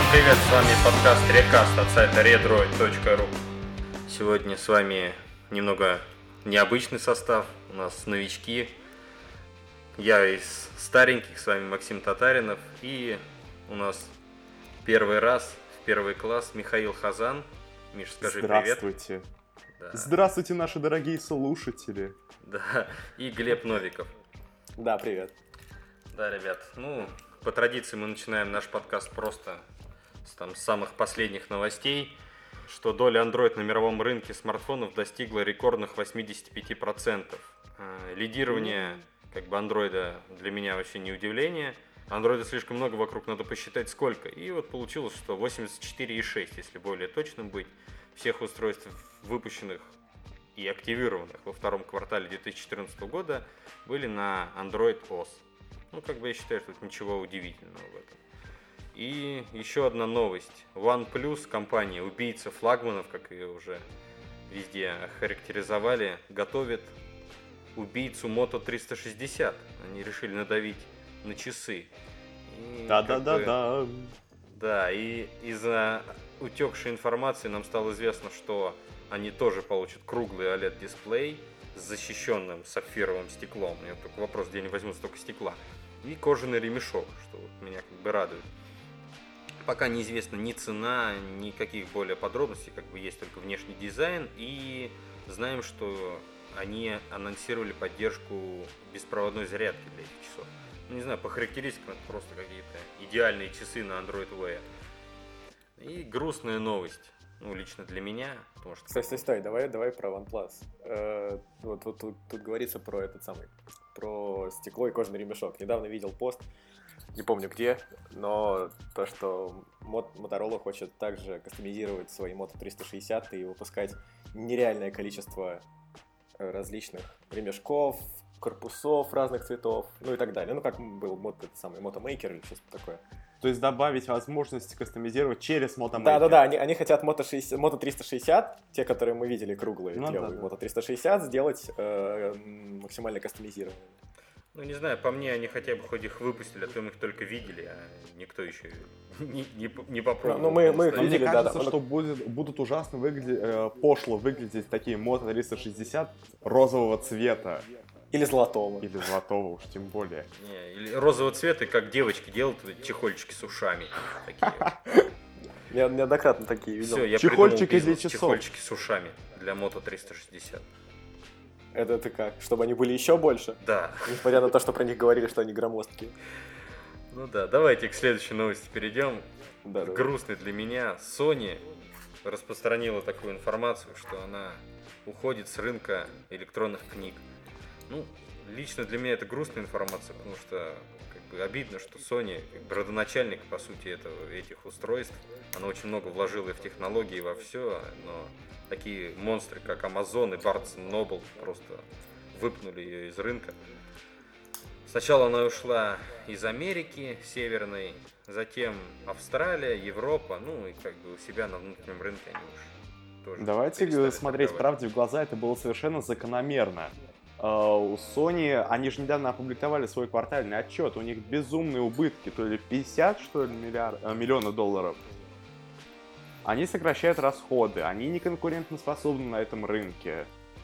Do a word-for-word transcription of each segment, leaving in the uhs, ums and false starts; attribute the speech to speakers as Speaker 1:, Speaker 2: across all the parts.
Speaker 1: привет, с вами подкаст Recast от сайта redroid точка ру. Сегодня с вами немного необычный состав, у нас новички. Я из стареньких, с вами Максим Татаринов, и у нас первый раз в первый класс Михаил Хазан. Миш, скажи привет.
Speaker 2: Здравствуйте.
Speaker 1: Да.
Speaker 2: Здравствуйте, наши дорогие слушатели.
Speaker 1: Да, и Глеб Новиков.
Speaker 3: Да, привет.
Speaker 1: Да, ребят, ну, по традиции мы начинаем наш подкаст просто с там, самых последних новостей, что доля Android на мировом рынке смартфонов достигла рекордных восемьдесят пять процентов. Лидирование как бы Android для меня вообще не удивление. Android слишком много вокруг, надо посчитать сколько. И вот получилось, что восемьдесят четыре и шесть, если более точным быть, всех устройств, выпущенных и активированных во втором квартале две тысячи четырнадцатого года, были на Android о эс. Ну, как бы я считаю, что тут ничего удивительного в этом. И еще одна новость. OnePlus, компания, убийца флагманов, как ее уже везде охарактеризовали, готовит убийцу Moto триста шестьдесят. Они решили надавить на часы.
Speaker 2: Да-да-да-да.
Speaker 1: Бы, да, и из-за утекшей информации нам стало известно, что они тоже получат круглый о лед-дисплей с защищенным сапфировым стеклом. У меня только вопрос, где они возьмут столько стекла. И кожаный ремешок, что меня как бы радует. Пока неизвестна ни цена, никаких более подробностей, как бы есть только внешний дизайн. И знаем, что они анонсировали поддержку беспроводной зарядки для этих часов. Ну, не знаю, по характеристикам это просто какие-то идеальные часы на Android Wear. И грустная новость. Ну, лично для меня, потому что...
Speaker 3: Стой, стой, стой, давай, давай про OnePlus. Э, вот, вот тут, тут говорится про этот самый, про стекло и кожаный ремешок. Недавно видел пост, не помню где, но то, что Motorola хочет также кастомизировать свои Moto триста шестьдесят и выпускать нереальное количество различных ремешков, корпусов разных цветов, ну и так далее. Ну, как был мод, этот самый Moto Maker или что-то такое.
Speaker 2: То есть добавить возможность кастомизировать через Moto Maker.
Speaker 3: Да-да-да, они, они хотят Moto, шестьдесят, Moto триста шестьдесят, те, которые мы видели круглые,
Speaker 2: ну,
Speaker 3: клевые,
Speaker 2: да, да.
Speaker 3: Moto триста шестьдесят, сделать э, максимально кастомизированными.
Speaker 1: Ну, не знаю, по мне, они хотя бы хоть их выпустили, а то мы их только видели, а никто еще не, не, не попробовал.
Speaker 3: Ну, мы, мы их
Speaker 2: Но
Speaker 3: видели,
Speaker 2: мне
Speaker 3: да,
Speaker 2: кажется,
Speaker 3: да.
Speaker 2: что будет, будут ужасно выглядеть, э, пошло выглядеть такие Moto триста шестьдесят розового цвета.
Speaker 3: Или золотого.
Speaker 2: Или золотого уж тем более.
Speaker 1: Не, или розового цвета, как девочки делают чехольчики с ушами. Такие.
Speaker 3: Я неоднократно такие видел.
Speaker 1: Все, я
Speaker 2: Чехольчики
Speaker 1: придумал
Speaker 2: для
Speaker 1: бизнес,
Speaker 2: часов.
Speaker 1: чехольчики с ушами для Moto триста шестьдесят.
Speaker 3: Это, это как? Чтобы они были еще больше?
Speaker 1: Да.
Speaker 3: Несмотря на то, что про них говорили, что они громоздкие.
Speaker 1: Ну да, давайте к следующей новости перейдем.
Speaker 3: Да, да.
Speaker 1: Грустный для меня. Sony распространила такую информацию, что она уходит с рынка электронных книг. Ну, лично для меня это грустная информация, потому что как бы обидно, что Sony, как бы родоначальник, по сути, этого, этих устройств, она очень много вложила и в технологии, и во все, но такие монстры, как Amazon и Barnes энд Noble, просто выпнули ее из рынка. Сначала она ушла из Америки северной, затем Австралия, Европа, ну и как бы у себя на внутреннем рынке они уж тоже
Speaker 2: Давайте
Speaker 1: перестали
Speaker 2: смотреть
Speaker 1: торговать.
Speaker 2: правде в глаза, это было совершенно закономерно. Uh, у Sony, они же недавно опубликовали свой квартальный отчет, у них безумные убытки, то ли пятьдесят, что ли, миллиард, э, миллиона долларов. Они сокращают расходы, они не конкурентоспособны на этом рынке.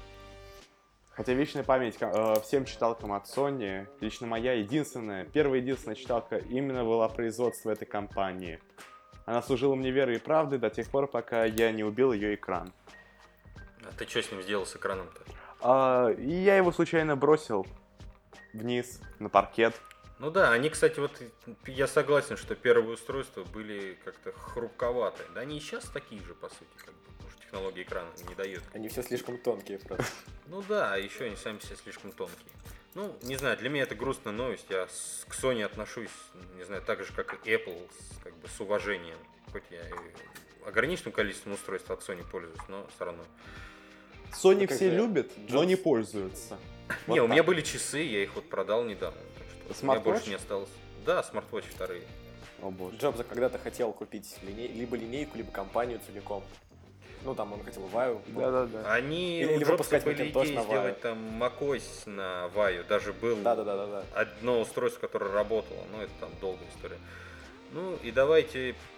Speaker 2: Хотя вечная память э, всем читалкам от Sony, лично моя единственная, первая единственная читалка именно была производство этой компании. Она служила мне верой и правдой до тех пор, пока я не убил ее экран.
Speaker 1: А ты что с ним сделал, с экраном-то?
Speaker 2: Uh, и я его случайно бросил вниз, на паркет.
Speaker 1: Ну да, они, кстати, вот я согласен, что первые устройства были как-то хрупковатые. Да они и сейчас такие же, по сути, как бы, потому что технология экрана не дает.
Speaker 3: Они все слишком тонкие просто.
Speaker 1: Ну да, а еще они сами все слишком тонкие. Ну, не знаю, для меня это грустная новость. Я с, к Sony отношусь, не знаю, так же, как и Apple, с, как бы с уважением. Хоть я и ограниченным количеством устройств от Sony пользуюсь, но все равно.
Speaker 2: Sony
Speaker 3: Ну,
Speaker 2: все
Speaker 3: как
Speaker 2: любят,
Speaker 3: Джобс.
Speaker 2: но не пользуются.
Speaker 1: Не,
Speaker 2: Вот
Speaker 1: у меня
Speaker 2: так.
Speaker 1: были часы, я их вот продал недавно. Так что у меня
Speaker 2: Smartwatch?
Speaker 1: больше не осталось. Да, смарт-вотч вторые.
Speaker 2: О боже.
Speaker 3: Джобс когда-то хотел купить линей... либо линейку, либо компанию целиком. Ну, там он хотел Ваю.
Speaker 2: Да-да-да.
Speaker 1: Они
Speaker 3: Или- или
Speaker 1: у Джобса
Speaker 3: выпускать
Speaker 1: были
Speaker 3: Macintosh
Speaker 1: идеи
Speaker 3: на
Speaker 1: сделать
Speaker 3: Vaio.
Speaker 1: там macOS на Vaio. Даже был
Speaker 3: Да-да-да-да.
Speaker 1: одно устройство, которое работало. Но это там долгая история. Ну и давайте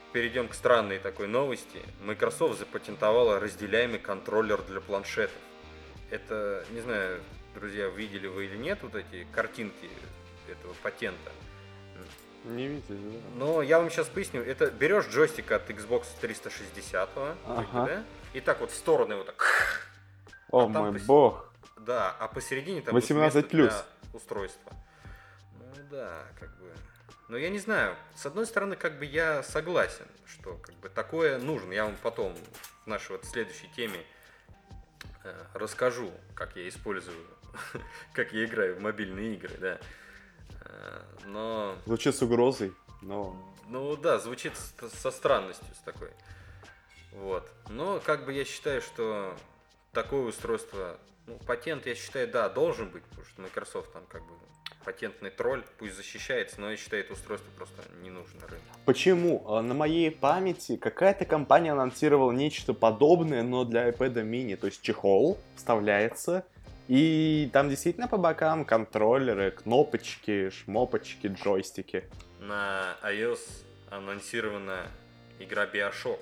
Speaker 1: перейдем к странной такой новости. Microsoft запатентовала разделяемый контроллер для планшетов. Это, не знаю, друзья, видели вы или нет вот эти картинки этого патента.
Speaker 2: Не видели, да.
Speaker 1: Но я вам сейчас поясню. Это берешь джойстик от Xbox триста шестьдесят,
Speaker 2: Ага.
Speaker 1: да, и так вот в стороны вот так.
Speaker 2: О
Speaker 1: а там
Speaker 2: мой
Speaker 1: пос-
Speaker 2: бог.
Speaker 1: Да, а посередине там
Speaker 2: восемнадцать
Speaker 1: вот место
Speaker 2: плюс.
Speaker 1: для устройства. Ну да, как бы. Но я не знаю. С одной стороны, как бы я согласен, что как бы такое нужно. Я вам потом в нашей вот следующей теме э, расскажу, как я использую, как я играю в мобильные игры, да. Э, Но,
Speaker 2: Звучит с угрозой, но...
Speaker 1: ну да, звучит с- со странностью с такой. Вот. Но как бы я считаю, что такое устройство, ну, патент, я считаю, да, должен быть, потому что Microsoft там как бы патентный тролль, пусть защищается, но я считаю, это устройство просто не нужно рынку.
Speaker 2: Почему? А, На моей памяти какая-то компания анонсировала нечто подобное, но для iPad mini. То есть чехол вставляется, и там действительно по бокам контроллеры, кнопочки, шмопочки, джойстики.
Speaker 1: На iOS анонсирована игра Bioshock.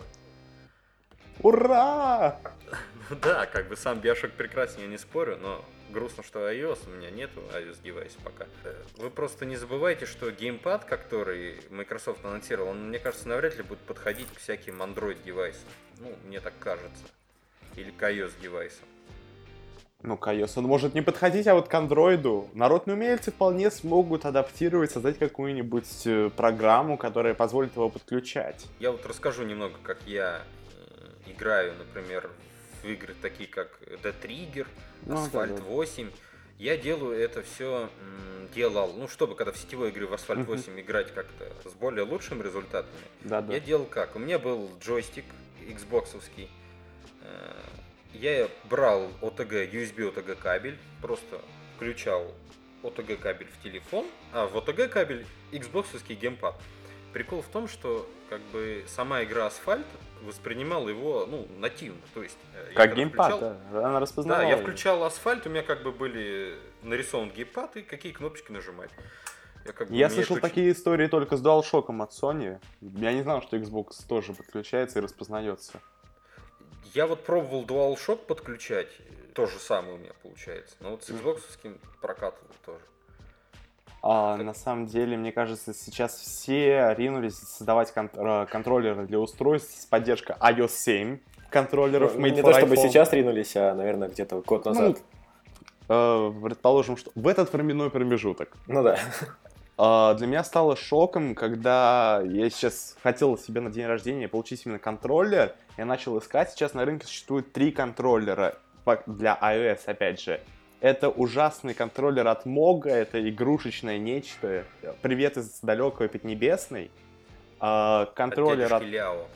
Speaker 2: Ура!
Speaker 1: Ну да, как бы сам Bioshock прекрасен, я не спорю, но грустно, что iOS, у меня нету iOS девайса пока. Э, Вы просто не забывайте, что геймпад, который Microsoft анонсировал, он, мне кажется, навряд ли будет подходить к всяким Android девайсам. Ну, мне так кажется. Или к iOS девайсам.
Speaker 2: Ну, к iOS он может не подходить, а вот к андроиду. Народные умельцы вполне смогут адаптировать, создать какую-нибудь э, программу, которая позволит его подключать.
Speaker 1: Я вот расскажу немного, как я э, играю, например, в игры такие, как The Trigger,
Speaker 2: Ну,
Speaker 1: Asphalt
Speaker 2: да, да.
Speaker 1: восемь. Я делаю это все, делал, ну, чтобы когда в сетевой игры в Asphalt
Speaker 2: Мгм.
Speaker 1: восемь играть как-то с более лучшими результатами,
Speaker 2: Да-да.
Speaker 1: я делал как? У меня был джойстик Xbox-овский. Э, Я брал о тэ джи, ю эс би о тэ джи кабель, просто включал о тэ джи кабель в телефон, а в о тэ джи кабель Xbox-овский геймпад. Прикол в том, что как бы сама игра Асфальт воспринимала его, ну, нативно. То есть, э, я
Speaker 2: Как
Speaker 1: когда
Speaker 2: геймпад,
Speaker 1: включал-
Speaker 2: да. Она распознавала.
Speaker 1: Да, я
Speaker 2: его.
Speaker 1: включал Асфальт, у меня как бы были нарисован геймпад и какие кнопочки нажимать. Я, как бы
Speaker 2: Я
Speaker 1: умею
Speaker 2: слышал
Speaker 1: это очень-
Speaker 2: такие истории только с DualShock'ом от Sony. Я не знал, что Xbox тоже подключается и распознается.
Speaker 1: Я вот пробовал DualShock подключать, то же самое у меня получается. Но вот с Xbox-овским прокатывал тоже.
Speaker 2: А на самом деле, мне кажется, сейчас все ринулись создавать кон- э, контроллеры для устройств с поддержкой iOS семь контроллеров.
Speaker 3: Ну,
Speaker 2: made
Speaker 3: не
Speaker 2: for
Speaker 3: то чтобы
Speaker 2: iPhone.
Speaker 3: сейчас ринулись, а, наверное, где-то год назад.
Speaker 2: Э, предположим, что в этот временной промежуток.
Speaker 3: Ну да.
Speaker 2: А, для меня стало шоком, когда я сейчас хотел себе на день рождения получить именно контроллер. Я начал искать. Сейчас на рынке существует три контроллера по- для iOS, опять же. Это ужасный контроллер от Мога, это игрушечное нечто. Привет из далекой Поднебесной. А,
Speaker 1: От
Speaker 2: контроллер от...
Speaker 1: дядюшки Ляо.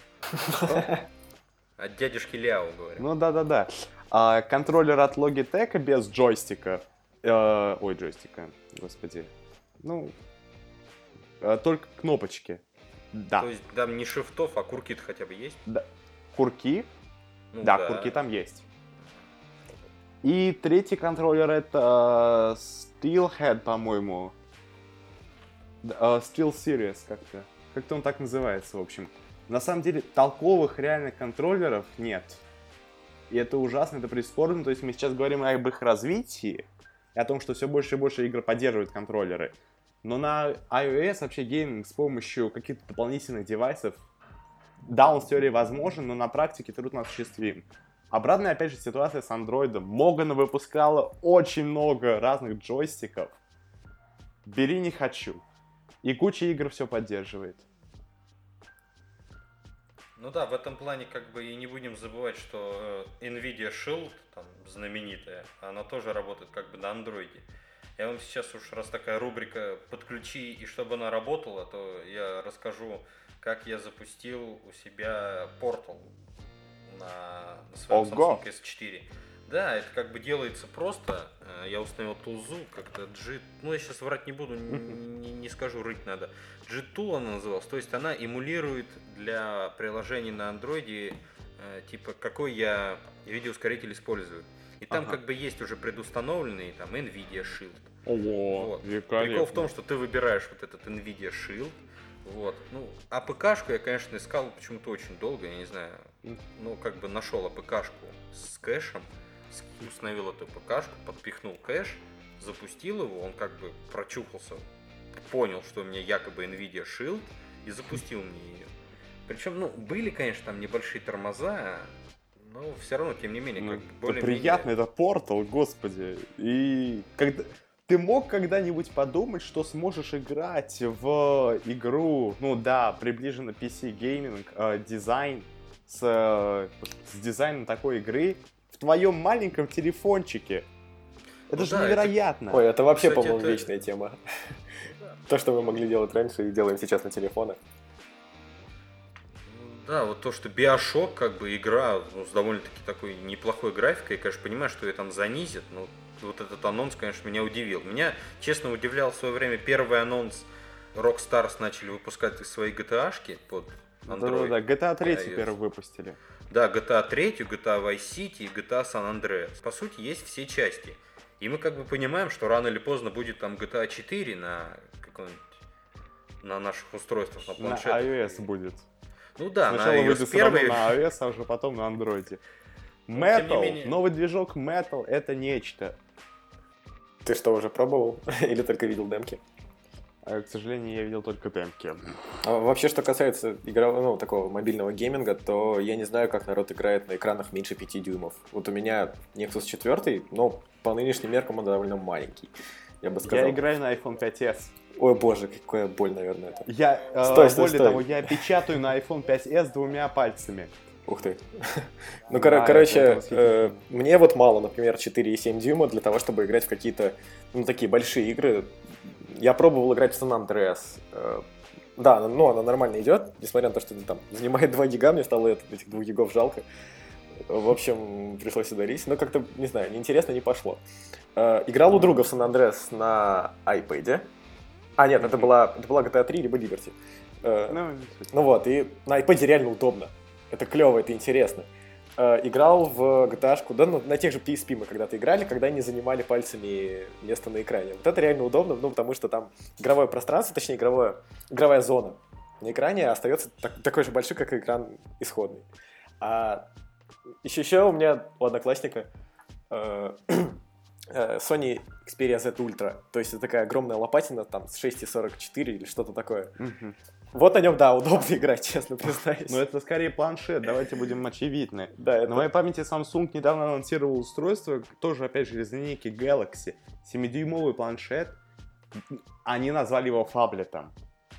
Speaker 1: От дядюшки Ляо, говорю.
Speaker 2: Ну да-да-да. А, контроллер от Logitech без джойстика. Э, ой, джойстика, господи. Ну, э, только кнопочки. Да.
Speaker 1: То есть там не шифтов, а курки-то хотя бы есть?
Speaker 2: Да. Курки?
Speaker 1: Ну
Speaker 2: да, курки там есть. И третий контроллер это э, Steelhead, по-моему. Д- э, Steel Series как-то. Как-то он так называется, в общем. На самом деле, толковых реальных контроллеров нет. И это ужасно, это прискорбно. То есть мы сейчас говорим об их развитии, и о том, что все больше и больше игр поддерживают контроллеры. Но на iOS вообще гейминг с помощью каких-то дополнительных девайсов, да, он в теории возможен, но на практике трудно осуществим. Обратная, опять же, ситуация с андроидом. Могана выпускала очень много разных джойстиков. Бери, не хочу. И куча игр все поддерживает.
Speaker 1: Ну да, в этом плане как бы и не будем забывать, что э, Nvidia Shield, там, знаменитая, она тоже работает как бы на андроиде. Я вам сейчас уж, раз такая рубрика «Подключи, и чтобы она работала», то я расскажу, как я запустил у себя Portal на, на своем
Speaker 2: Ого!
Speaker 1: Samsung эс четыре. Да, это как бы делается просто. Э, Я установил тулзу, как-то G... Ну, я сейчас врать не буду, н- не, не скажу, рыть надо. G-Tool она называлась. То есть она эмулирует для приложений на андроиде, э, типа, какой я видеоускоритель использую. И там
Speaker 2: Ага.
Speaker 1: как бы есть уже предустановленный, там, Nvidia Shield.
Speaker 2: Ого,
Speaker 1: Вот.
Speaker 2: великолепно.
Speaker 1: Прикол в том, что ты выбираешь вот этот Nvidia Shield, Вот. Ну, а ПКшку я, конечно, искал почему-то очень долго, я не знаю. Ну, как бы нашел АПКшку с кэшем, установил эту ПКшку, подпихнул кэш, запустил его, он как бы прочухался, понял, что у меня якобы NVIDIA Shield, и запустил мне ее. Причем, ну, были, конечно, там небольшие тормоза, но все равно, тем не менее,
Speaker 2: Ну,
Speaker 1: как бы
Speaker 2: это
Speaker 1: более-менее...
Speaker 2: приятно, это портал, господи. И когда... Ты мог когда-нибудь подумать, что сможешь играть в игру, ну да, приближенно пи си гейминг, э, дизайн, с, э, с дизайном такой игры в твоем маленьком телефончике? Это
Speaker 1: Ну
Speaker 2: же
Speaker 1: да, это-
Speaker 2: невероятно.
Speaker 3: Ой, это вообще,
Speaker 1: Кстати,
Speaker 3: по-моему,
Speaker 1: это-
Speaker 3: вечная тема. То, что мы могли делать раньше и делаем сейчас на телефонах.
Speaker 1: Да, вот то, что Bioshock, как бы игра, ну, с довольно-таки такой неплохой графикой, я, конечно, понимаю, что ее там занизят, но вот этот анонс, конечно, меня удивил. Меня, честно, удивлял в свое время первый анонс. Rockstar начали выпускать свои джи ти эй-шки под Android.
Speaker 2: Да-да-да, джи ти эй три
Speaker 1: iOS.
Speaker 2: теперь выпустили.
Speaker 1: Да, джи ти эй три, джи ти эй Vice City и джи ти эй San Andreas. По сути, есть все части. И мы как бы понимаем, что рано или поздно будет там джи ти эй четыре на каком-нибудь на наших устройствах, на
Speaker 2: На
Speaker 1: планшетах.
Speaker 2: iOS будет.
Speaker 1: Ну да,
Speaker 2: Сначала
Speaker 1: на
Speaker 2: выйдет
Speaker 1: iOS
Speaker 2: все равно
Speaker 1: первый.
Speaker 2: на iOS, а уже потом на Android.
Speaker 1: Ну, тем не
Speaker 2: Metal,
Speaker 1: менее-
Speaker 2: новый движок Metal, это нечто.
Speaker 3: Ты что, уже пробовал? Или только видел демки?
Speaker 2: А, к сожалению, я видел только демки.
Speaker 3: А вообще, что касается игрового, ну, такого мобильного гейминга, то я не знаю, как народ играет на экранах меньше пяти дюймов. Вот у меня Nexus четыре, но по нынешним меркам он довольно маленький, я бы сказал.
Speaker 2: Я играю на iPhone пять эс.
Speaker 3: Ой, боже, какая боль, наверное, это.
Speaker 2: Я, э,
Speaker 3: Стой, стой,
Speaker 2: более
Speaker 3: стой.
Speaker 2: того, я печатаю на iPhone пять эс двумя пальцами.
Speaker 3: Ух ты. Ну,
Speaker 2: Да,
Speaker 3: кор-
Speaker 2: это
Speaker 3: короче,
Speaker 2: восхитительно.
Speaker 3: э, мне вот мало, например, четыре и семь дюйма для того, чтобы играть в какие-то, ну, такие большие игры. Я пробовал играть в San Andreas. Э, да, ну, она нормально идет, несмотря на то, что там занимает два гига, мне стало это, этих двух гигов жалко. В общем, пришлось ударить, но как-то, не знаю, неинтересно, не пошло. Э, играл у друга в San Andreas на iPad. А, нет, это была, это была джи ти эй три либо Liberty. Э,
Speaker 2: Ну, не суть.
Speaker 3: ну вот, и на iPad реально удобно. Это клево, это интересно. Э, играл в джи ти эй-шку, да, ну, на тех же пи эс пи мы когда-то играли, когда не занимали пальцами место на экране. Вот это реально удобно, ну, потому что там игровое пространство, точнее, игровое, игровая зона на экране остается так- такой же большой, как и экран исходный. А еще, еще у меня у одноклассника э, э, Sony Xperia Z Ultra, то есть это такая огромная лопатина, там, с шесть целых сорок четыре или что-то такое.
Speaker 2: Мгм.
Speaker 3: Вот на нем, да, удобно играть, честно признаюсь.
Speaker 2: Но это скорее планшет, давайте будем очевидны.
Speaker 3: Да, это...
Speaker 2: На моей памяти Samsung недавно анонсировал устройство, тоже, опять же, из линейки Galaxy. семидюймовый планшет. Они назвали его фаблетом.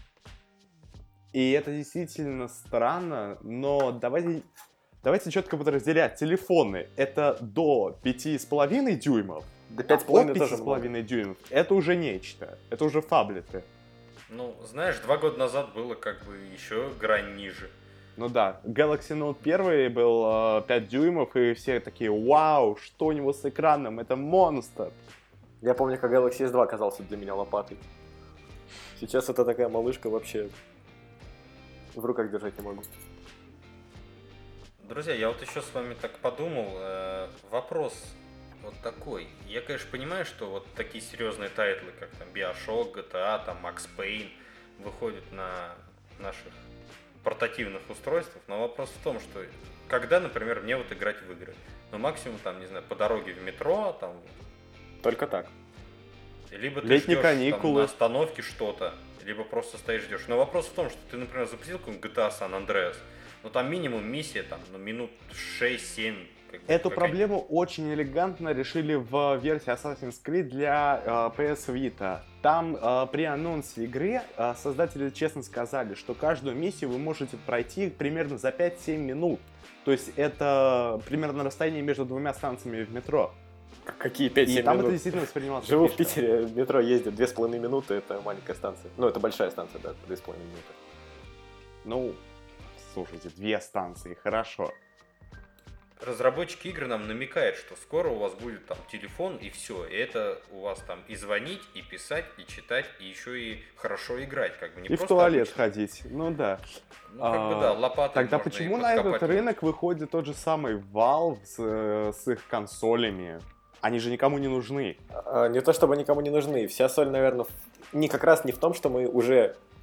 Speaker 2: И это действительно странно, но давайте, давайте четко подразделять. Телефоны — это до пяти с половиной дюймов,
Speaker 3: До
Speaker 2: а
Speaker 3: пять с
Speaker 2: от
Speaker 3: половиной
Speaker 2: пяти
Speaker 3: тоже
Speaker 2: с
Speaker 3: много.
Speaker 2: половиной дюймов. Это уже нечто. Это уже фаблеты.
Speaker 1: Ну, знаешь, два года назад было как бы еще грань ниже.
Speaker 2: Ну да, Galaxy Note один был э, пять дюймов, и все такие: вау, что у него с экраном, это монстр.
Speaker 3: Я помню, как Galaxy эс два оказался для меня лопатой. Сейчас это такая малышка, вообще в руках держать не могу.
Speaker 1: Друзья, я вот еще с вами так подумал. э, вопрос вот такой. Я, конечно, понимаю, что вот такие серьезные тайтлы, как там Bioshock, джи ти эй, там Max Payne, выходят на наших портативных устройствах, но вопрос в том, что когда, например, мне вот играть в игры? Ну, максимум, там, не знаю, по дороге в метро, там,
Speaker 3: Только так.
Speaker 1: либо ты
Speaker 2: Летние
Speaker 1: ждешь там,
Speaker 2: каникулы.
Speaker 1: на остановке что-то, либо просто стоишь ждешь. Но вопрос в том, что ты, например, запустил какой-нибудь джи ти эй San Andreas, ну там минимум миссия там, ну, минут шесть-семь. Как бы,
Speaker 2: Эту
Speaker 1: какая-нибудь.
Speaker 2: проблему очень элегантно решили в версии Assassin's Creed для э, пи эс Vita. Там э, при анонсе игры э, создатели честно сказали, что каждую миссию вы можете пройти примерно за пять-семь минут. То есть это примерно расстояние между двумя станциями в метро.
Speaker 3: Какие
Speaker 2: И
Speaker 3: пять-семь
Speaker 2: там это
Speaker 3: минут?
Speaker 2: действительно воспринималось как
Speaker 3: Живу в
Speaker 2: фишка.
Speaker 3: Питере, в метро ездит две с половиной минуты, это маленькая станция. Ну, это большая станция, да, две с половиной минуты.
Speaker 2: Ну, слушайте, две станции, хорошо.
Speaker 1: Разработчики игр нам намекают, что скоро у вас будет там телефон и все. И это у вас там и звонить, и писать, и читать, и еще и хорошо играть. Как бы не
Speaker 2: И в
Speaker 1: просто
Speaker 2: туалет
Speaker 1: обычно.
Speaker 2: ходить, ну да.
Speaker 1: Ну, как бы
Speaker 2: А,
Speaker 1: да, лопатой
Speaker 2: Тогда
Speaker 1: можно и
Speaker 2: почему на этот
Speaker 1: подкопать.
Speaker 2: рынок выходит тот же самый Valve с, э, с их консолями? Они же никому не нужны.
Speaker 3: А, не то чтобы никому не нужны. Вся соль, наверное, в- не как раз не в том, что мы уже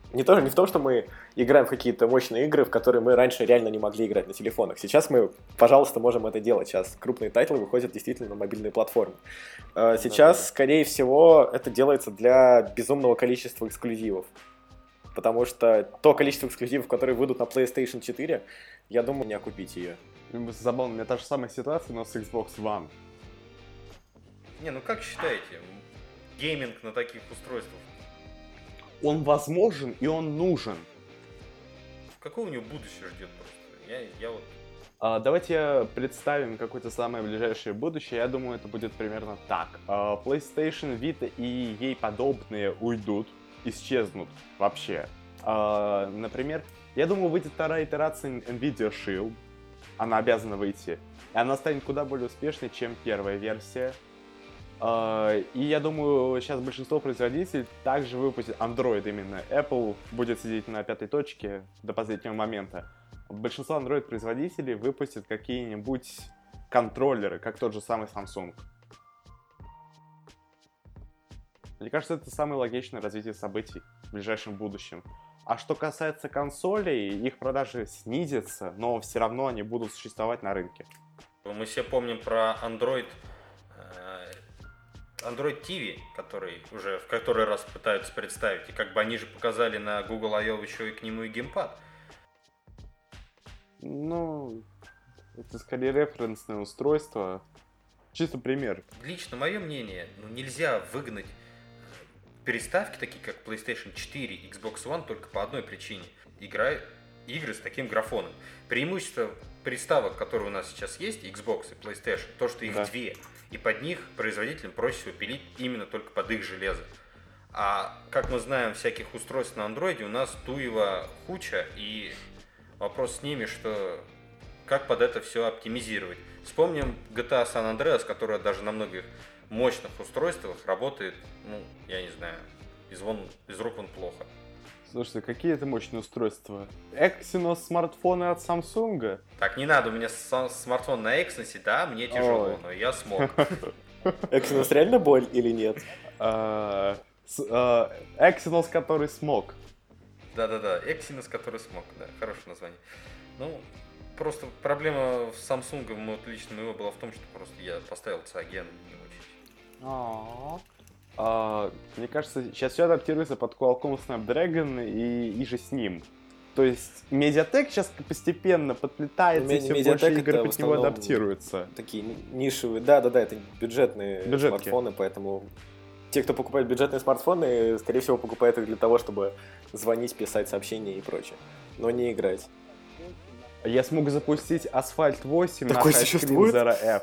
Speaker 3: Не, тоже, не в том, что мы играем в какие-то мощные игры, в которые мы раньше реально не могли играть на телефонах. Сейчас мы, пожалуйста, можем это делать. Сейчас крупные тайтлы выходят действительно на мобильные платформы. Сейчас, да, скорее всего, это делается для безумного количества эксклюзивов. Потому что то количество эксклюзивов, которые выйдут на PlayStation четыре, я думаю, не окупить ее.
Speaker 2: Забавно, у меня та же самая ситуация, но с Xbox One.
Speaker 1: Не, ну как считаете, гейминг на таких устройствах?
Speaker 2: Он возможен и он нужен.
Speaker 1: Какое у него будущее ждет просто? Я, я вот...
Speaker 2: А, давайте представим какое-то самое ближайшее будущее. Я думаю, это будет примерно так. А, PlayStation Vita и ей подобные уйдут, исчезнут вообще. А, например, я думаю, выйдет вторая итерация Nvidia Shield. Она обязана выйти. И она станет куда более успешной, чем первая версия. Uh, и я думаю, сейчас большинство производителей также выпустят Android именно. Apple будет сидеть на пятой точке до последнего момента. Большинство Android-производителей выпустят какие-нибудь контроллеры, как тот же самый Samsung. Мне кажется, это самое логичное развитие событий в ближайшем будущем. А что касается консолей, их продажи снизятся, но все равно они будут существовать на рынке.
Speaker 1: Мы все помним про Android... Android ти ви, который уже в который раз пытаются представить, и как бы они же показали на Google ай о еще и к нему и геймпад.
Speaker 2: Ну, это скорее референсное устройство. Чисто пример.
Speaker 1: Лично мое мнение, ну нельзя выгнать переставки, такие как PlayStation четыре и Xbox One, только по одной причине. Играют игры с таким графоном. Преимущество приставок, которые у нас сейчас есть, Xbox и PlayStation, то, что их да. две. И под них производителям проще пилить именно только под их железо. А как мы знаем, всяких устройств на андроиде у нас туева куча, и вопрос с ними, что как под это все оптимизировать. Вспомним джи ти эй San Andreas, которая даже на многих мощных устройствах работает, ну, я не знаю, из, вон, из рук вон плохо.
Speaker 2: Слушайте, какие это мощные устройства? Exynos смартфоны от Samsung?
Speaker 1: Так, не надо, у меня смартфон на Exynos, да, мне тяжело, Ой. но я смог.
Speaker 3: Exynos реально боль или нет?
Speaker 2: Exynos, который смог.
Speaker 1: Да-да-да, Exynos, который смог, да, хорошее название. Ну, просто проблема с Samsung, вот лично моего была в том, что просто я поставил Cygen не очень.
Speaker 2: Uh, мне кажется, сейчас все адаптируется под Qualcomm Snapdragon и, и же с ним. То есть Mediatek сейчас постепенно подплетается, и все Mediatek больше игр под него адаптируются.
Speaker 3: Такие нишевые, да-да-да, это бюджетные Бюджетки. смартфоны, поэтому те, кто покупает бюджетные смартфоны, скорее всего, покупают их для того, чтобы звонить, писать сообщения и прочее, но не играть.
Speaker 2: Я смог запустить Asphalt восемь Такой на High-Screen Zero F.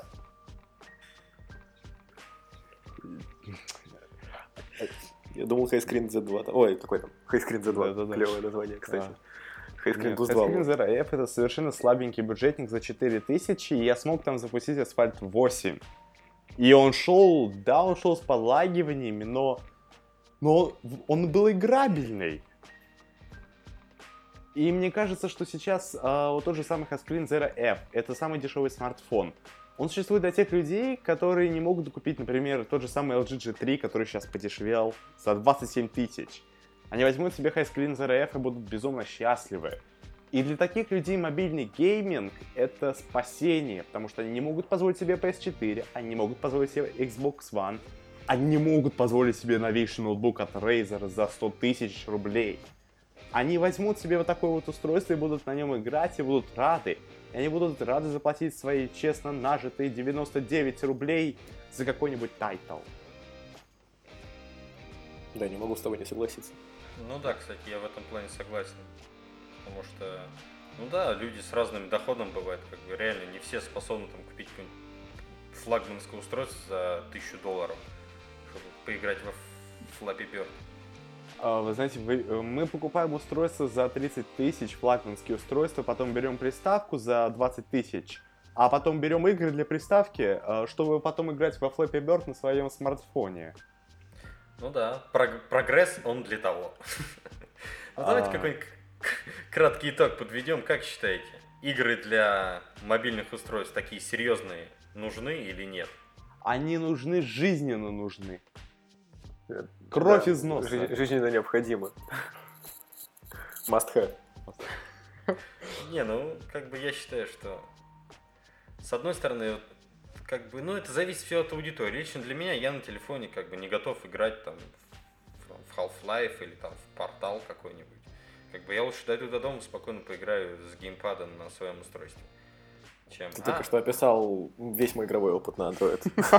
Speaker 3: Я думал High-Screen зет два. Ой, какой там? High-Screen зет два. Да, да, да. Клевое название, кстати. Да. High-Screen Plus два.
Speaker 2: High-Screen Zero F это совершенно слабенький бюджетник за четыре тысячи, и я смог там запустить Asphalt восемь. И он шел, да, он шел с подлагиваниями, но, но он был играбельный. И мне кажется, что сейчас а, вот тот же самый High-Screen Zero F, это самый дешевый смартфон. Он существует для тех людей, которые не могут купить, например, тот же самый эл джи джи три, который сейчас подешевел за двадцать семь тысяч. Они возьмут себе High-Screen Zero F и будут безумно счастливы. И для таких людей мобильный гейминг — это спасение, потому что они не могут позволить себе пи эс четыре, они не могут позволить себе Xbox One, они не могут позволить себе новейший ноутбук от Razer за сто тысяч рублей. Они возьмут себе вот такое вот устройство и будут на нем играть, и будут рады. И они будут рады заплатить свои честно нажитые девяносто девять рублей за какой-нибудь тайтл.
Speaker 3: Да, не могу с тобой не согласиться.
Speaker 1: Ну да, кстати, я в этом плане согласен. Потому что, ну да, люди с разным доходом бывают, как бы реально не все способны там купить какое-нибудь флагманское устройство за тысячу долларов, чтобы поиграть во Flappy Bird.
Speaker 2: Вы знаете, вы, мы покупаем устройство за тридцать тысяч, флагманские устройства, потом берем приставку за двадцать тысяч, а потом берем игры для приставки, чтобы потом играть во Flappy Bird на своем смартфоне.
Speaker 1: Ну да, прог- прогресс он для того. Ну давайте какой-нибудь краткий итог подведем. Как считаете, игры для мобильных устройств такие серьезные нужны или нет?
Speaker 2: Они нужны, жизненно нужны. Кровь
Speaker 3: да,
Speaker 2: из носа.
Speaker 3: Жи- жизненно необходимо. Must have.
Speaker 1: Не, ну, как бы я считаю, что с одной стороны, вот, как бы, ну, это зависит все от аудитории. Лично для меня, я на телефоне как бы не готов играть там в Half-Life или там в Portal какой-нибудь. Как бы я лучше дойду до дома, спокойно поиграю с геймпадом на своем устройстве. Чем...
Speaker 3: Ты
Speaker 1: а,
Speaker 3: только что описал весь мой игровой опыт на Android.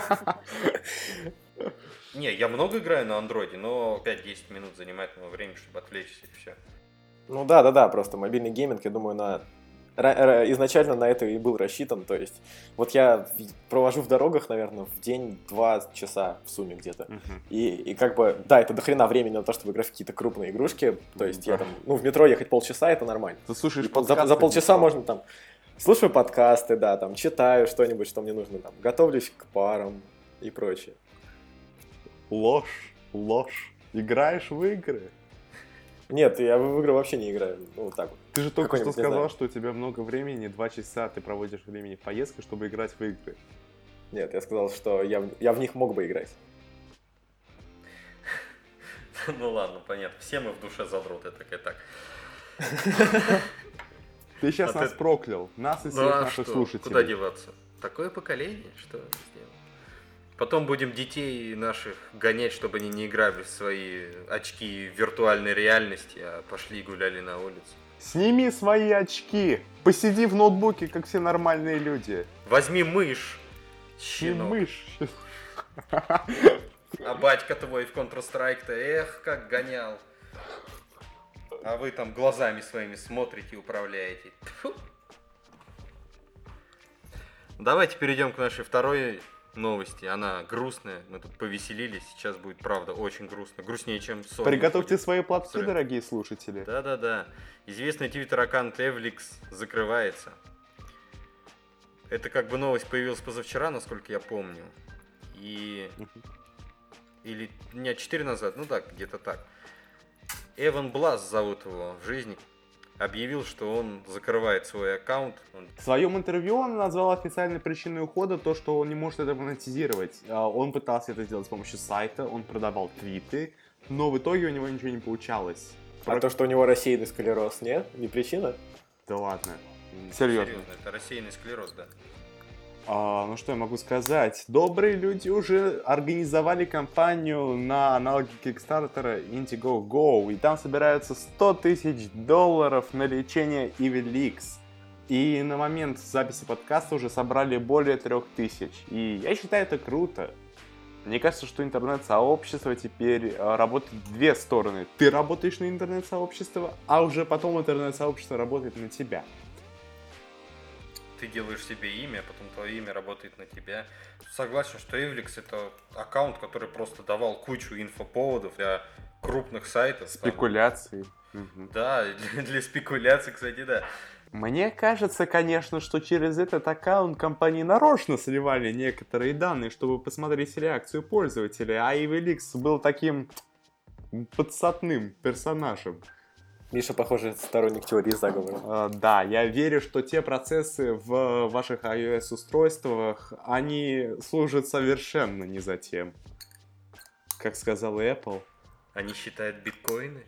Speaker 1: Не, я много играю на андроиде, но пять-десять минут занимает моего времени, чтобы отвлечься, и все.
Speaker 3: Ну да, да, да, просто мобильный гейминг, я думаю, на изначально на это и был рассчитан. То есть, вот я провожу в дорогах, наверное, в день два часа в сумме где-то. Uh-huh. И, и как бы, да, это дохрена времени на то, чтобы играть в какие-то крупные игрушки. То есть, uh-huh. я там, ну, в метро ехать полчаса, это нормально.
Speaker 2: Ты слушаешь
Speaker 3: подкасты? За, за полчаса можно там, слушаю подкасты, да, там, читаю что-нибудь, что мне нужно, там, готовлюсь к парам и прочее.
Speaker 2: Ложь, ложь. Играешь в игры?
Speaker 3: Нет, я в игры вообще не играю. Ну, вот так вот.
Speaker 2: Ты же только что сказал, что у тебя много времени, два часа ты проводишь времени в поездке, чтобы играть в игры.
Speaker 3: Нет, я сказал, что я, я в них мог бы играть.
Speaker 1: Ну ладно, понятно. Все мы в душе задроты, так и так.
Speaker 2: Ты сейчас нас проклял. Нас и всех наших слушателей.
Speaker 1: Куда деваться? Такое поколение, что сделал. Потом будем детей наших гонять, чтобы они не играли в свои очки виртуальной реальности, а пошли и гуляли на улице.
Speaker 2: Сними свои очки, посиди в ноутбуке, как все нормальные люди.
Speaker 1: Возьми мышь, щенок.
Speaker 2: Мышь.
Speaker 1: А батька твой в Counter-Strike-то, эх, как гонял. А вы там глазами своими смотрите и управляете. Фу. Давайте перейдем к нашей второй новости. Она грустная. Мы тут повеселились. Сейчас будет, правда, очень грустно. Грустнее, чем Sony.
Speaker 2: Приготовьте свои платки, дорогие слушатели.
Speaker 1: Да-да-да. Известный твиттер-аккаунт Эвликс закрывается. Это как бы новость появилась позавчера, насколько я помню. И... Или дня четыре назад. Ну так, где-то так. Эван Блас зовут его в жизни. Объявил, что он закрывает свой аккаунт. Он...
Speaker 2: В своем интервью он назвал официальной причиной ухода то, что он не может это монетизировать. Он пытался это сделать с помощью сайта, он продавал твиты, но в итоге у него ничего не получалось.
Speaker 3: А Про... то, что у него рассеянный склероз, нет? Не причина?
Speaker 2: Да ладно. Серьезно.
Speaker 1: Серьезно, это рассеянный склероз, да.
Speaker 2: А, ну что я могу сказать? Добрые люди уже организовали кампанию на аналоге Kickstarter Indiegogo, и там собираются сто тысяч долларов на лечение Эвликс. И на момент записи подкаста уже собрали более трех тысяч. И я считаю, это круто. Мне кажется, что интернет-сообщество теперь работает в две стороны. Ты работаешь на интернет-сообщество, а уже потом интернет-сообщество работает на тебя.
Speaker 1: Ты делаешь себе имя, а потом твое имя работает на тебя. Согласен, что Эвликс это аккаунт, который просто давал кучу инфоповодов для крупных сайтов.
Speaker 2: Спекуляций.
Speaker 1: Там. Да, для, для спекуляций, кстати, да.
Speaker 2: Мне кажется, конечно, что через этот аккаунт компании нарочно сливали некоторые данные, чтобы посмотреть реакцию пользователя, а Эвликс был таким подсадным персонажем.
Speaker 3: Миша, похоже, сторонник теории заговора.
Speaker 2: Uh, да, я верю, что те процессы в ваших iOS-устройствах, они служат совершенно не за тем. Как сказал Apple.
Speaker 1: Они считают биткоины?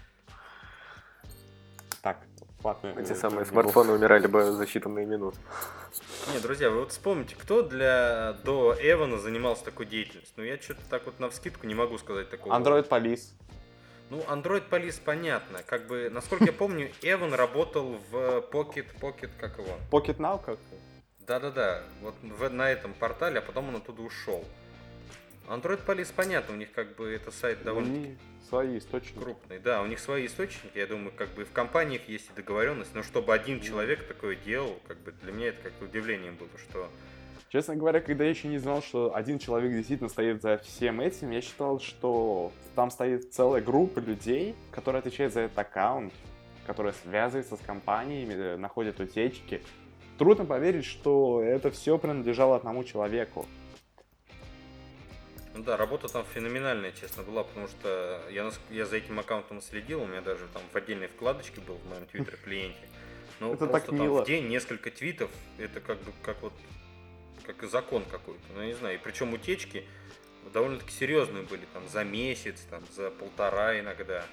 Speaker 2: Так, ладно.
Speaker 3: Эти самые смартфоны умирали бы за считанные минуты.
Speaker 1: Не, друзья, вы вот вспомните, кто для до Эвана занимался такой деятельностью? Ну, я что-то так вот навскидку не могу сказать такого.
Speaker 2: Android Police.
Speaker 1: Ну, Android Police понятно. Как бы, насколько я помню, Эван работал в Pocket, Pocket, как его?
Speaker 2: Pocket Now как?
Speaker 1: Да-да-да, вот в, на этом портале, а потом он оттуда ушел. Android Police понятно, у них как бы это сайт довольно
Speaker 2: свои источники.
Speaker 1: Крупный. Да, у них свои источники, я думаю, как бы в компаниях есть и договоренность, но чтобы один человек такое делал, как бы для меня это как удивлением было, что...
Speaker 2: Честно говоря, когда я еще не знал, что один человек действительно стоит за всем этим, я считал, что там стоит целая группа людей, которые отвечают за этот аккаунт, которые связываются с компаниями, находят утечки. Трудно поверить, что это все принадлежало одному человеку.
Speaker 1: Ну да, работа там феноменальная, честно, была, потому что я, я за этим аккаунтом следил, у меня даже там в отдельной вкладочке был в моем твиттер-клиенте. Но
Speaker 2: это
Speaker 1: просто
Speaker 2: так
Speaker 1: там
Speaker 2: мило.
Speaker 1: В день несколько твитов, это как бы как вот как закон какой-то, ну я не знаю, и причем утечки довольно-таки серьезные были, там за месяц, там за полтора иногда.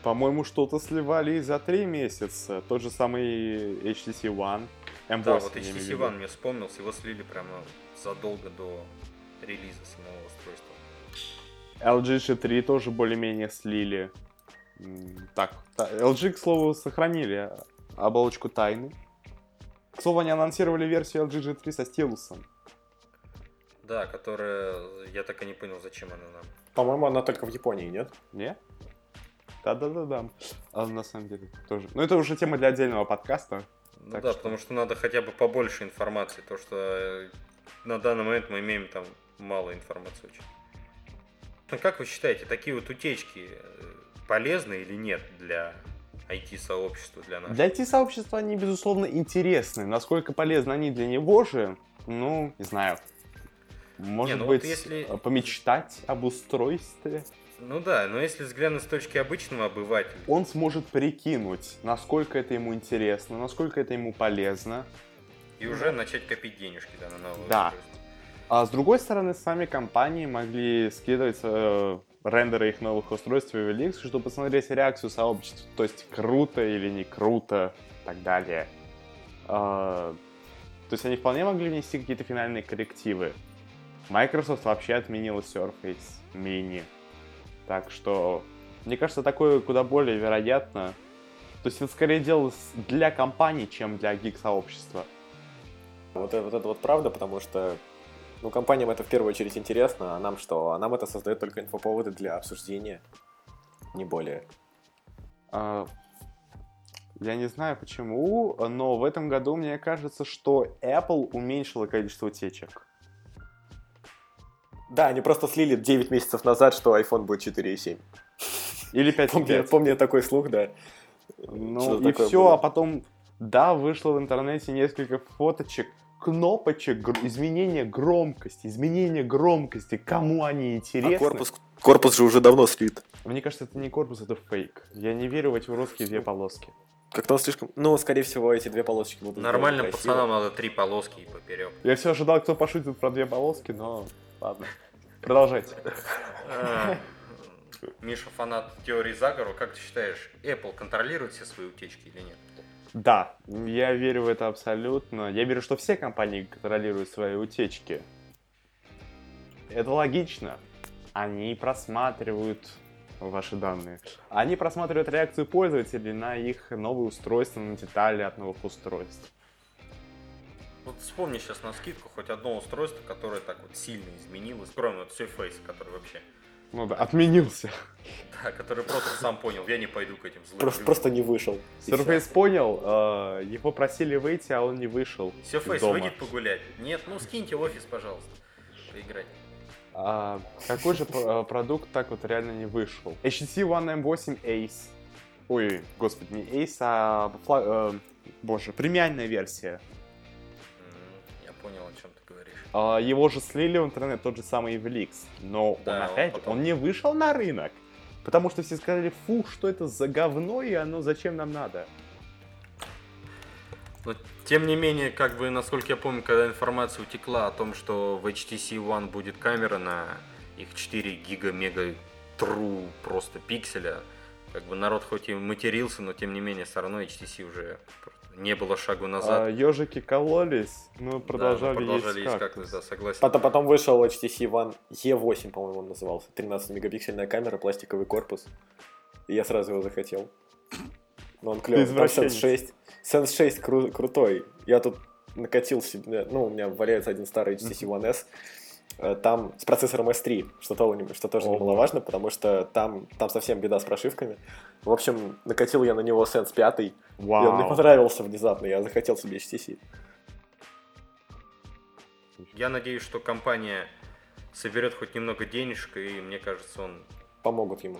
Speaker 2: По-моему, что-то сливали и за три месяца. Тот же самый эйч ти си One. эм восемь,
Speaker 1: Да, вот
Speaker 2: я
Speaker 1: эйч ти
Speaker 2: имею в
Speaker 1: си
Speaker 2: виду.
Speaker 1: One мне вспомнился, его слили прямо задолго до релиза самого устройства.
Speaker 2: эл джи джи три тоже более-менее слили. М, Так, та- эл джи, к слову, сохранили оболочку тайны. К слову, они анонсировали версию эл джи джи три со стилусом.
Speaker 1: Да, которая, я так и не понял, зачем она нам.
Speaker 3: По-моему, она только в Японии, нет?
Speaker 2: Не? Да-да-да-да. А на самом деле тоже. Ну, это уже тема для отдельного подкаста.
Speaker 1: Ну
Speaker 2: Так
Speaker 1: да,
Speaker 2: что-
Speaker 1: потому что надо хотя бы побольше информации, то что э, на данный момент мы имеем там мало информации очень. Ну, как вы считаете, такие вот утечки э, полезны или нет для ай ти-сообщества, для нас?
Speaker 2: Для ай ти-сообщества они, безусловно, интересны. Насколько полезны они для него же, ну, не знаю. Может
Speaker 1: ну вот
Speaker 2: быть,
Speaker 1: если-
Speaker 2: помечтать об устройстве.
Speaker 1: Ну да, но если взглянуть с точки обычного обывателя,
Speaker 2: Он сможет прикинуть, насколько это ему интересно, насколько это ему полезно.
Speaker 1: и уже начать копить денежки да, на новое
Speaker 2: Да.
Speaker 1: устройство.
Speaker 2: А с другой стороны, сами компании могли скидывать э, рендеры их новых устройств в эл икс, чтобы посмотреть реакцию сообщества. То есть, круто или не круто, и так далее. А, то есть, они вполне могли внести какие-то финальные коррективы. Microsoft вообще отменила Surface Mini. Так что, мне кажется, такое куда более вероятно. То есть, это скорее делалось для компаний, чем для гик-сообщества.
Speaker 3: Вот, это- вот это вот правда, потому что ну, компаниям это в первую очередь интересно, а нам что? А нам это создает только инфоповоды для обсуждения, не более.
Speaker 2: А, Я не знаю почему, но в этом году мне кажется, что Apple уменьшила количество утечек.
Speaker 3: Да, они просто слили девять месяцев назад, что iPhone будет четыре и семь.
Speaker 2: Или пять и
Speaker 3: Помню,
Speaker 2: пять.
Speaker 3: помню такой слух, да.
Speaker 2: Ну
Speaker 3: Что-то
Speaker 2: и
Speaker 3: такое
Speaker 2: все,
Speaker 3: было.
Speaker 2: а потом, да, вышло в интернете несколько фоточек, кнопочек, гр- изменение громкости, изменение громкости, кому они интересны.
Speaker 3: А корпус, корпус же уже давно слит.
Speaker 2: Мне кажется, это не корпус, это фейк. Я не верю в эти уродские две полоски.
Speaker 3: Как-то он слишком... Ну, скорее всего, эти две полосочки будут
Speaker 1: Нормальным
Speaker 3: сделаны красиво.
Speaker 1: пацанам надо три полоски и поперек.
Speaker 2: Я все ожидал, кто пошутит про две полоски, но ладно. Продолжайте.
Speaker 1: А, Миша, фанат теории заговора, как ты считаешь, Apple контролирует все свои утечки или нет?
Speaker 2: Да, я верю в это абсолютно. Я верю, что все компании контролируют свои утечки. Это логично. Они просматривают ваши данные. Они просматривают реакцию пользователей на их новые устройства, на детали от новых устройств.
Speaker 1: Вот вспомни сейчас на скидку хоть одно устройство, которое так вот сильно изменилось, кроме вот Surface, который вообще,
Speaker 2: Ну да, отменился.
Speaker 1: да, который просто сам понял, я не пойду к этим злым
Speaker 3: Просто,
Speaker 1: людям.
Speaker 3: просто не вышел. И
Speaker 2: Surface
Speaker 3: всё.
Speaker 2: понял, э, его просили выйти, а он не вышел из
Speaker 1: Surface
Speaker 2: дома.
Speaker 1: выйдет погулять. Нет, ну скиньте офис, пожалуйста, поиграть.
Speaker 2: А какой же про- продукт так вот реально не вышел? эйч ти си One эм восемь Ace. Ой, господи, не Ace, а фла- э, боже, премиальная версия.
Speaker 1: М, Я понял, о чем ты говоришь.
Speaker 2: А, его же слили в интернет тот же самый эл икс, но
Speaker 1: Да,
Speaker 2: он
Speaker 1: он
Speaker 2: опять,
Speaker 1: потом-
Speaker 2: он не вышел на рынок, потому что все сказали, фу, что это за говно и оно зачем нам надо?
Speaker 1: Но тем не менее, как бы, насколько я помню, когда информация утекла о том, что в эйч ти си One будет камера на их четыре гига-мега тру просто пикселя, как бы народ хоть и матерился, но тем не менее, все равно эйч ти си уже не было шагу назад.
Speaker 2: А, ежики кололись, но
Speaker 1: Да,
Speaker 2: продолжали,
Speaker 1: но продолжали
Speaker 2: есть
Speaker 1: есть
Speaker 2: кактус.
Speaker 1: кактус, да, согласен.
Speaker 3: Потом, потом вышел эйч ти си One и восемь, по-моему, он назывался. тринадцатимегапиксельная камера, пластиковый корпус. И я сразу его захотел. Но он клевый. Там
Speaker 2: извращенец.
Speaker 3: Sense шесть. Sense шесть кру- крутой. Я тут накатил себе... Ну, у меня валяется один старый эйч ти си One эс. Э, Там с процессором эс три, что, то- что тоже
Speaker 2: Ого.
Speaker 3: немаловажно, потому что там, там совсем беда с прошивками. В общем, накатил я на него Sense пять, и он мне
Speaker 2: Вау.
Speaker 3: понравился внезапно, я захотел себе эйч ти си.
Speaker 1: Я надеюсь, что компания соберет хоть немного денежек, и мне кажется, он...
Speaker 3: Помогут ему.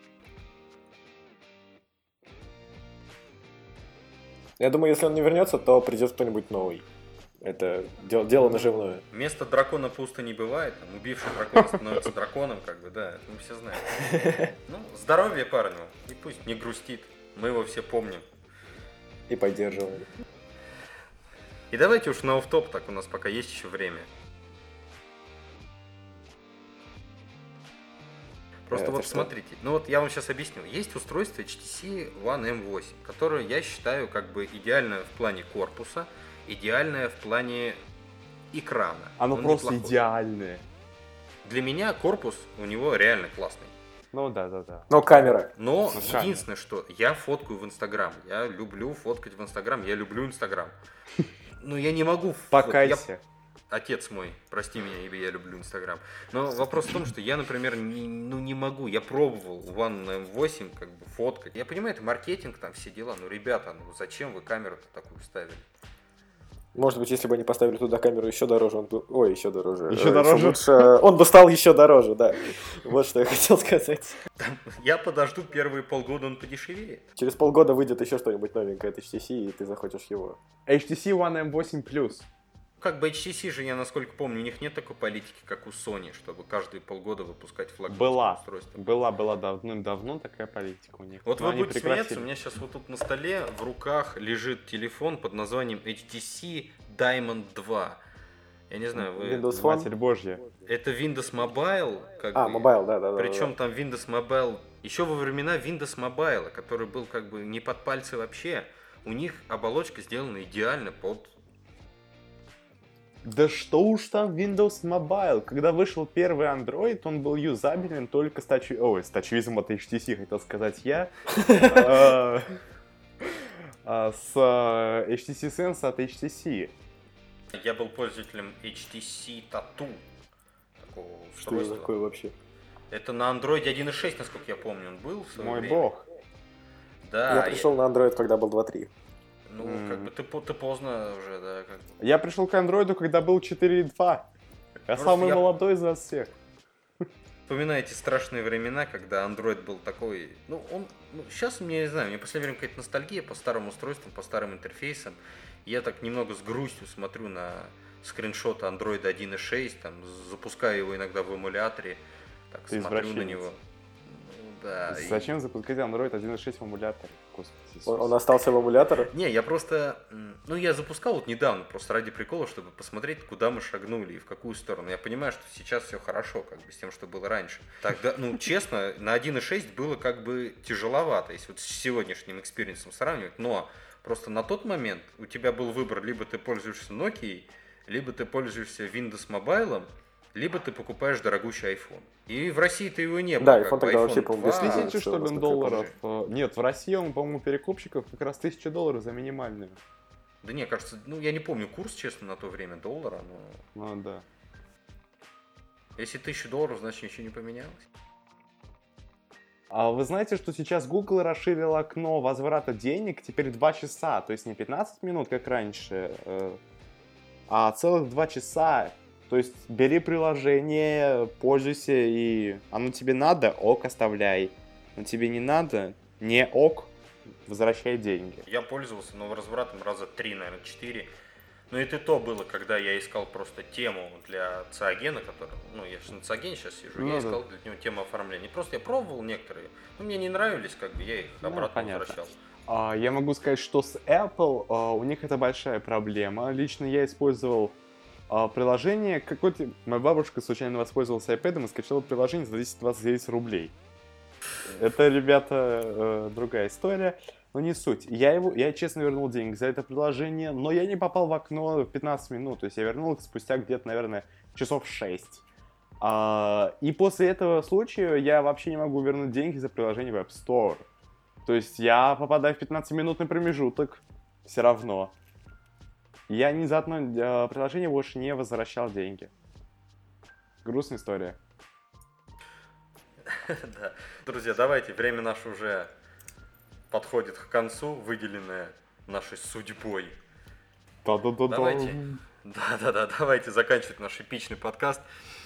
Speaker 3: Я думаю, если он не вернется, то придет кто-нибудь новый. Это дело, дело наживное.
Speaker 1: Место дракона пусто не бывает, там, убивший дракона становится драконом, как бы, да, это мы все знаем. Ну, здоровья парню, и пусть не грустит, мы его все помним.
Speaker 3: И поддерживаем.
Speaker 1: И давайте уж на офф-топ, так у нас пока есть еще время. В Просто
Speaker 3: Это
Speaker 1: вот
Speaker 3: что?
Speaker 1: смотрите, ну вот я вам сейчас объясню. Есть устройство эйч ти си One эм восемь, которое я считаю как бы идеальное в плане корпуса, идеальное в плане экрана.
Speaker 2: Оно
Speaker 1: Он
Speaker 2: просто
Speaker 1: неплохой.
Speaker 2: идеальное.
Speaker 1: Для меня корпус у него реально классный.
Speaker 2: Ну да, да, да.
Speaker 3: Но камера.
Speaker 1: Но
Speaker 2: Ну, камера.
Speaker 1: единственное, что я фоткаю в Инстаграм. Я люблю фоткать в Инстаграм. Я люблю Инстаграм. Но я не могу... ф- вот я-
Speaker 2: Покайся.
Speaker 1: Отец мой, прости меня, ибо я люблю Инстаграм. Но вопрос в том, что я, например, не, ну, не могу. Я пробовал One эм восемь как бы фоткать. Я понимаю, это маркетинг, там все дела. Но, ребята, ну зачем вы камеру-то такую вставили?
Speaker 3: Может быть, если бы они поставили туда камеру еще дороже, он бы... Ой, еще дороже.
Speaker 2: Еще
Speaker 3: Э,
Speaker 2: дороже?
Speaker 3: лучше. Он бы стал еще дороже, да. Вот что я хотел сказать.
Speaker 1: Я подожду первые полгода, он подешевеет.
Speaker 3: Через полгода выйдет еще что-нибудь новенькое от эйч ти си, и ты захочешь его.
Speaker 2: эйч ти си One эм восемь Plus.
Speaker 1: Как бы эйч ти си же, я насколько помню, у них нет такой политики, как у Sony, чтобы каждые полгода выпускать флагманское
Speaker 2: Была.
Speaker 1: устройство.
Speaker 2: Была, была давным-давно такая политика у них.
Speaker 1: Вот
Speaker 2: Но
Speaker 1: вы
Speaker 2: они
Speaker 1: будете
Speaker 2: прекратили.
Speaker 1: смеяться, у меня сейчас вот тут на столе в руках лежит телефон под названием эйч ти си Diamond два. Я не знаю, вы...
Speaker 3: Windows Phone?
Speaker 2: Матерь Божья.
Speaker 1: Это Windows Mobile, как
Speaker 3: А,
Speaker 1: бы...
Speaker 3: мобайл, да, да, да.
Speaker 1: Причем
Speaker 3: да.
Speaker 1: там Windows Mobile, еще во времена Windows Mobile, который был как бы не под пальцы вообще, у них оболочка сделана идеально под...
Speaker 2: Да что уж там Windows Mobile. Когда вышел первый Android, он был юзабелен только с тач... Ой, с TouchWiz от эйч ти си, хотел сказать я. А, а, С эйч ти си Sense от эйч ти си.
Speaker 1: Я был пользователем эйч ти си Tattoo, такого
Speaker 3: Что это
Speaker 1: устройства.
Speaker 3: такое вообще?
Speaker 1: Это на Android один и шесть, насколько я помню, он был в свое
Speaker 2: Мой
Speaker 1: время.
Speaker 2: бог.
Speaker 1: Да,
Speaker 3: Я пришел на Android, когда был два три.
Speaker 1: Ну,
Speaker 2: М.
Speaker 1: как бы ты, по- ты поздно уже, да. Как... бы.
Speaker 2: Я пришел к Android, когда был четыре и два. Я
Speaker 1: Просто
Speaker 2: самый
Speaker 1: я-
Speaker 2: молодой из нас всех.
Speaker 1: Вспоминаете страшные времена, когда Android был такой... Ну, он... Ну, сейчас, мне не знаю, мне в последнее время какая-то ностальгия по старым устройствам, по старым интерфейсам. Я так немного с грустью смотрю на скриншоты Android один и шесть, там, запускаю его иногда в эмуляторе, так,
Speaker 2: Ты
Speaker 1: смотрю на
Speaker 2: извращенец.
Speaker 1: него. Ну, да. и-
Speaker 2: Зачем запускать Android один и шесть в эмуляторе? Господи Иисусе.
Speaker 3: Он, он остался в эмуляторе.
Speaker 1: Не, я просто, м, ну я запускал вот недавно, просто ради прикола, чтобы посмотреть, куда мы шагнули и в какую сторону. Я понимаю, что сейчас все хорошо, как бы с тем, что было раньше. Тогда, ну честно, на один и шесть было как бы тяжеловато, если вот с сегодняшним экспириенсом сравнивать, но просто на тот момент у тебя был выбор, либо ты пользуешься Nokia, либо ты пользуешься Windows Mobile, либо ты покупаешь дорогущий iPhone. И в России ты его не было.
Speaker 3: Да,
Speaker 1: как
Speaker 3: iPhone
Speaker 1: бы
Speaker 3: тогда вообще,
Speaker 1: iPhone
Speaker 3: по-моему,
Speaker 1: два.
Speaker 3: без
Speaker 2: Тысяча,
Speaker 3: всё,
Speaker 2: что ли,
Speaker 3: насколько я
Speaker 2: долларов? Э, Нет, в России он, по-моему, перекупщиков как раз тысяча долларов за минимальную.
Speaker 1: Да не, кажется, ну я не помню курс, честно, на то время доллара, но...
Speaker 2: Ну да.
Speaker 1: Если тысяча долларов, значит ничего не поменялось.
Speaker 2: А вы знаете, что сейчас Google расширил окно возврата денег теперь два часа, то есть не пятнадцать минут, как раньше, э, а целых два часа. То есть бери приложение, пользуйся, и оно тебе надо, ок, оставляй. Но тебе не надо, не ок, возвращай деньги.
Speaker 1: Я пользовался, но развратом раза три, наверное, четыре. Но это и то было, когда я искал просто тему для циогена, который, ну, я же на циогене сейчас сижу,
Speaker 2: Ну
Speaker 1: я
Speaker 2: да.
Speaker 1: искал для него тему оформления. Просто я пробовал некоторые, но мне не нравились, как бы, я их
Speaker 2: Ну,
Speaker 1: обратно
Speaker 2: понятно.
Speaker 1: возвращал.
Speaker 2: А, Я могу сказать, что с Apple а, у них это большая проблема. Лично я использовал а, приложение какое-то... Моя бабушка случайно воспользовалась iPad и скачала приложение за двести двадцать девять рублей. Это, ребята, э, другая история, но не суть. Я, его, я честно вернул деньги за это приложение, но я не попал в окно в пятнадцать минут. То есть я вернул их спустя где-то, наверное, часов шесть. А, и после этого случая я вообще не могу вернуть деньги за приложение в App Store. То есть я попадаю в пятнадцатиминутный промежуток все равно. Я ни за одно э, приложение больше не возвращал деньги. Грустная история.
Speaker 1: Да. Друзья, давайте, время наше уже подходит к концу, выделенное нашей судьбой.
Speaker 2: Да-да-да-да.
Speaker 1: Давайте. Да-да-да, давайте заканчивать наш эпичный подкаст.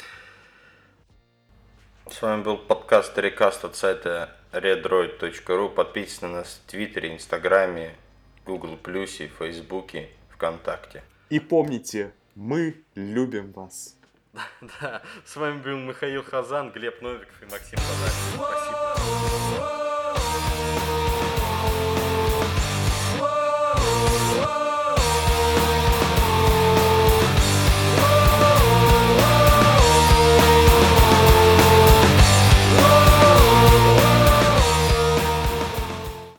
Speaker 1: С вами был подкаст Рекаст от сайта редроид точка ру. Подписывайтесь на нас в Твиттере, Инстаграме, Гугл Плюсе, Фейсбуке, ВКонтакте.
Speaker 2: И помните, мы любим вас.
Speaker 1: Да, с вами был Михаил Хазан, Глеб Новиков и Максим Подаркин. Спасибо.